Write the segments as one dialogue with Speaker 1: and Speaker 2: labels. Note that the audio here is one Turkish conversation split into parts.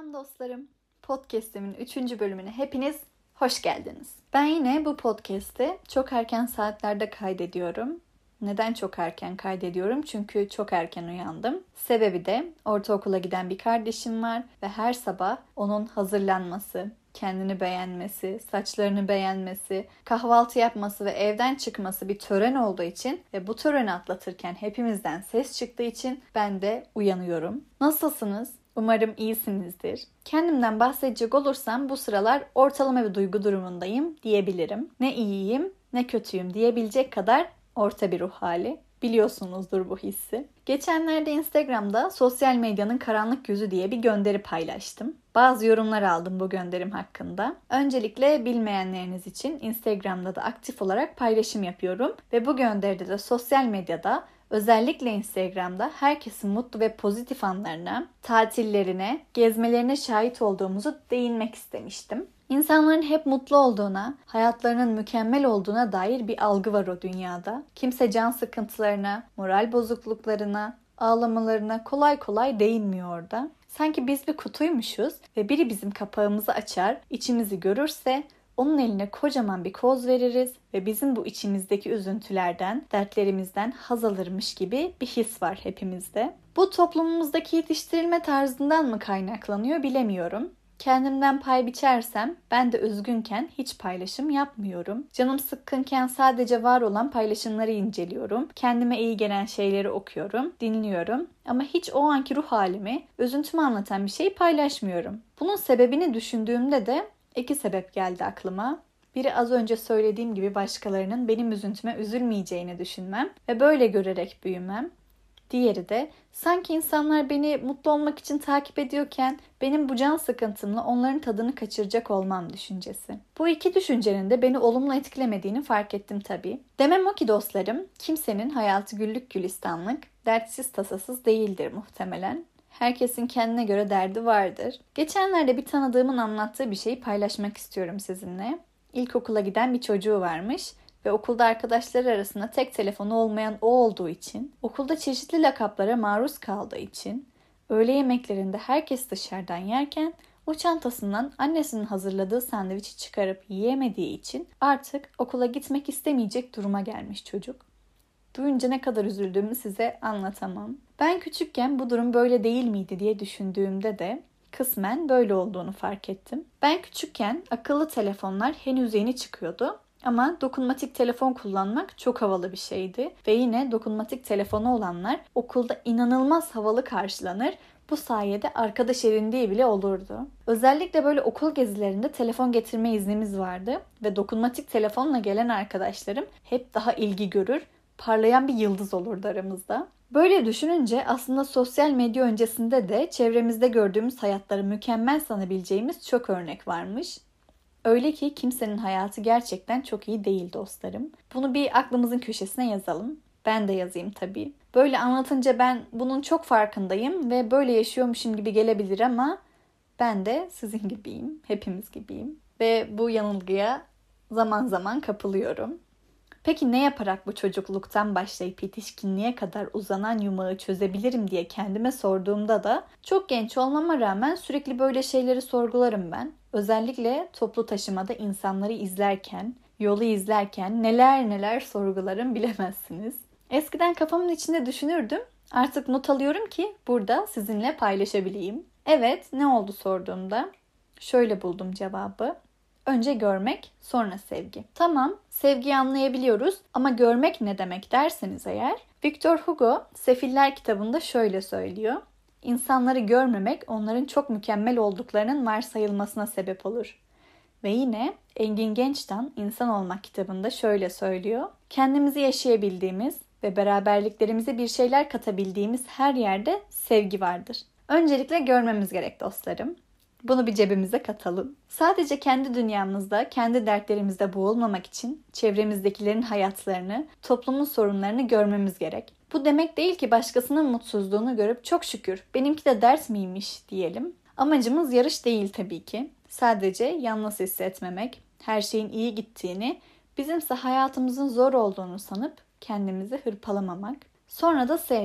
Speaker 1: Selam dostlarım. Podcast'imin 3. bölümüne hepiniz hoş geldiniz. Ben yine bu podcast'i çok erken saatlerde kaydediyorum. Neden çok erken kaydediyorum? Çünkü çok erken uyandım. Sebebi de ortaokula giden bir kardeşim var ve her sabah onun hazırlanması, kendini beğenmesi, saçlarını beğenmesi, kahvaltı yapması ve evden çıkması bir tören olduğu için ve bu töreni atlatırken hepimizden ses çıktığı için ben de uyanıyorum. Nasılsınız? Umarım iyisinizdir. Kendimden bahsedecek olursam bu sıralar ortalama bir duygu durumundayım diyebilirim. Ne iyiyim ne kötüyüm diyebilecek kadar orta bir ruh hali. Biliyorsunuzdur bu hissi. Geçenlerde Instagram'da sosyal medyanın karanlık yüzü diye bir gönderi paylaştım. Bazı yorumlar aldım bu gönderim hakkında. Öncelikle bilmeyenleriniz için Instagram'da da aktif olarak paylaşım yapıyorum. Ve bu gönderide de sosyal medyada özellikle Instagram'da herkesin mutlu ve pozitif anlarına, tatillerine, gezmelerine şahit olduğumuzu değinmek istemiştim. İnsanların hep mutlu olduğuna, hayatlarının mükemmel olduğuna dair bir algı var o dünyada. Kimse can sıkıntılarına, moral bozukluklarına, ağlamalarına kolay kolay değinmiyor orada. Sanki biz bir kutuymuşuz ve biri bizim kapağımızı açar, içimizi görürse onun eline kocaman bir koz veririz ve bizim bu içimizdeki üzüntülerden, dertlerimizden haz alırmış gibi bir his var hepimizde. Bu toplumumuzdaki yetiştirilme tarzından mı kaynaklanıyor bilemiyorum. Kendimden pay biçersem ben de üzgünken hiç paylaşım yapmıyorum. Canım sıkkınken sadece var olan paylaşımları inceliyorum. Kendime iyi gelen şeyleri okuyorum, dinliyorum. Ama hiç o anki ruh halimi, üzüntümü anlatan bir şey paylaşmıyorum. Bunun sebebini düşündüğümde de İki sebep geldi aklıma. Biri az önce söylediğim gibi başkalarının benim üzüntüme üzülmeyeceğini düşünmem ve böyle görerek büyümem. Diğeri de sanki insanlar beni mutlu olmak için takip ediyorken benim bu can sıkıntımla onların tadını kaçıracak olmam düşüncesi. Bu iki düşüncenin de beni olumlu etkilemediğini fark ettim tabii. Demem o ki dostlarım, kimsenin hayatı güllük gülistanlık, dertsiz tasasız değildir muhtemelen. Herkesin kendine göre derdi vardır. Geçenlerde bir tanıdığımın anlattığı bir şeyi paylaşmak istiyorum sizinle. İlkokula giden bir çocuğu varmış ve okulda arkadaşları arasında tek telefonu olmayan o olduğu için, okulda çeşitli lakaplara maruz kaldığı için, öğle yemeklerinde herkes dışarıdan yerken o çantasından annesinin hazırladığı sandviçi çıkarıp yiyemediği için artık okula gitmek istemeyecek duruma gelmiş çocuk. Duyunca ne kadar üzüldüğümü size anlatamam. Ben küçükken bu durum böyle değil miydi diye düşündüğümde de kısmen böyle olduğunu fark ettim. Ben küçükken akıllı telefonlar henüz yeni çıkıyordu. Ama dokunmatik telefon kullanmak çok havalı bir şeydi. Ve yine dokunmatik telefonu olanlar okulda inanılmaz havalı karşılanır. Bu sayede arkadaş edindiği bile olurdu. Özellikle böyle okul gezilerinde telefon getirme iznimiz vardı. Ve dokunmatik telefonla gelen arkadaşlarım hep daha ilgi görür, parlayan bir yıldız olurdu aramızda. Böyle düşününce aslında sosyal medya öncesinde de çevremizde gördüğümüz hayatları mükemmel sanabileceğimiz çok örnek varmış. Öyle ki kimsenin hayatı gerçekten çok iyi değil dostlarım. Bunu bir aklımızın köşesine yazalım. Ben de yazayım tabii. Böyle anlatınca ben bunun çok farkındayım ve böyle yaşıyormuşum gibi gelebilir ama ben de sizin gibiyim, hepimiz gibiyim. Ve bu yanılgıya zaman zaman kapılıyorum. Peki ne yaparak bu çocukluktan başlayıp yetişkinliğe kadar uzanan yumağı çözebilirim diye kendime sorduğumda da çok genç olmama rağmen sürekli böyle şeyleri sorgularım ben. Özellikle toplu taşımada insanları izlerken, yolu izlerken neler neler sorgularım bilemezsiniz. Eskiden kafamın içinde düşünürdüm. Artık not alıyorum ki burada sizinle paylaşabileyim. Evet, ne oldu sorduğumda şöyle buldum cevabı. Önce görmek, sonra sevgi. Tamam, sevgiyi anlayabiliyoruz ama görmek ne demek derseniz eğer, Victor Hugo Sefiller kitabında şöyle söylüyor. İnsanları görmemek onların çok mükemmel olduklarının varsayılmasına sebep olur. Ve yine Engin Genç'ten İnsan Olmak kitabında şöyle söylüyor. Kendimizi yaşayabildiğimiz ve beraberliklerimize bir şeyler katabildiğimiz her yerde sevgi vardır. Öncelikle görmemiz gerek dostlarım. Bunu bir cebimize katalım. Sadece kendi dünyamızda, kendi dertlerimizde boğulmamak için çevremizdekilerin hayatlarını, toplumun sorunlarını görmemiz gerek. Bu demek değil ki başkasının mutsuzluğunu görüp çok şükür benimki de dert miymiş diyelim. Amacımız yarış değil tabii ki. Sadece yalnız hissetmemek, her şeyin iyi gittiğini, bizimse hayatımızın zor olduğunu sanıp kendimizi hırpalamamak. Sonra da sevgi.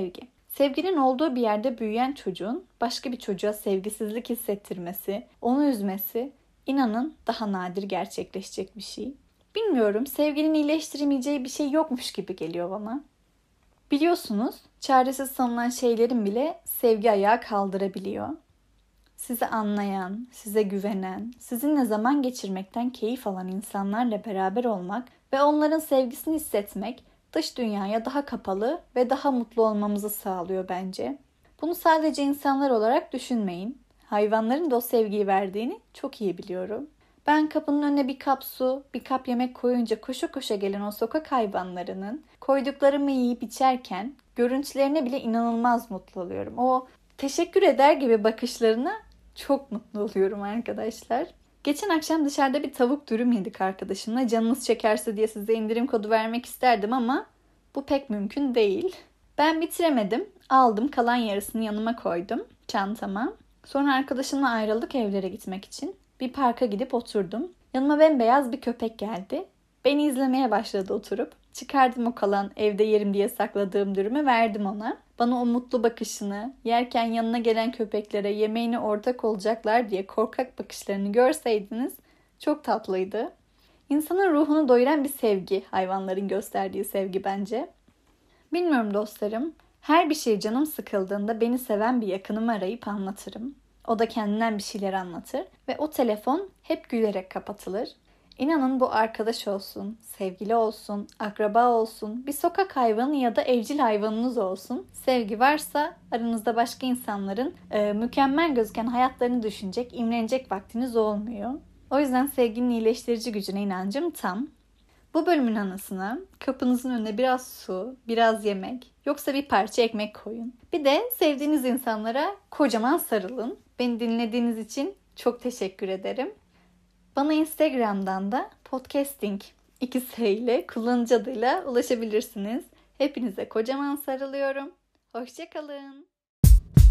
Speaker 1: Sevginin olduğu bir yerde büyüyen çocuğun başka bir çocuğa sevgisizlik hissettirmesi, onu üzmesi inanın daha nadir gerçekleşecek bir şey. Bilmiyorum, sevginin iyileştiremeyeceği bir şey yokmuş gibi geliyor bana. Biliyorsunuz, çaresiz sanılan şeylerin bile sevgi ayağı kaldırabiliyor. Sizi anlayan, size güvenen, sizinle zaman geçirmekten keyif alan insanlarla beraber olmak ve onların sevgisini hissetmek dış dünyaya daha kapalı ve daha mutlu olmamızı sağlıyor bence. Bunu sadece insanlar olarak düşünmeyin. Hayvanların da o sevgiyi verdiğini çok iyi biliyorum. Ben kapının önüne bir kap su, bir kap yemek koyunca koşa koşa gelen o sokak hayvanlarının koyduklarımı yiyip içerken görüntülerine bile inanılmaz mutlu oluyorum. O teşekkür eder gibi bakışlarına çok mutlu oluyorum arkadaşlar. Geçen akşam dışarıda bir tavuk dürüm yedik arkadaşımla. Canınız çekerse diye size indirim kodu vermek isterdim ama bu pek mümkün değil. Ben bitiremedim. Aldım, kalan yarısını yanıma koydum çantama. Sonra arkadaşımla ayrıldık evlere gitmek için. Bir parka gidip oturdum. Yanıma bembeyaz bir köpek geldi. Beni izlemeye başladı oturup. Çıkardım o kalan evde yerim diye sakladığım dürümü, verdim ona. Bana o mutlu bakışını, yerken yanına gelen köpeklere yemeğine ortak olacaklar diye korkak bakışlarını görseydiniz çok tatlıydı. İnsanın ruhunu doyuran bir sevgi, hayvanların gösterdiği sevgi bence. Bilmiyorum dostlarım, her bir şey canım sıkıldığında beni seven bir yakınımı arayıp anlatırım. O da kendinden bir şeyler anlatır ve o telefon hep gülerek kapatılır. İnanın bu arkadaş olsun, sevgili olsun, akraba olsun, bir sokak hayvanı ya da evcil hayvanınız olsun. Sevgi varsa aranızda başka insanların mükemmel gözüken hayatlarını düşünecek, imrenecek vaktiniz olmuyor. O yüzden sevginin iyileştirici gücüne inancım tam. Bu bölümün anısına kapınızın önüne biraz su, biraz yemek, yoksa bir parça ekmek koyun. Bir de sevdiğiniz insanlara kocaman sarılın. Beni dinlediğiniz için çok teşekkür ederim. Bana Instagram'dan da podcasting 2S ile kullanıcı adıyla ulaşabilirsiniz. Hepinize kocaman sarılıyorum. Hoşça kalın.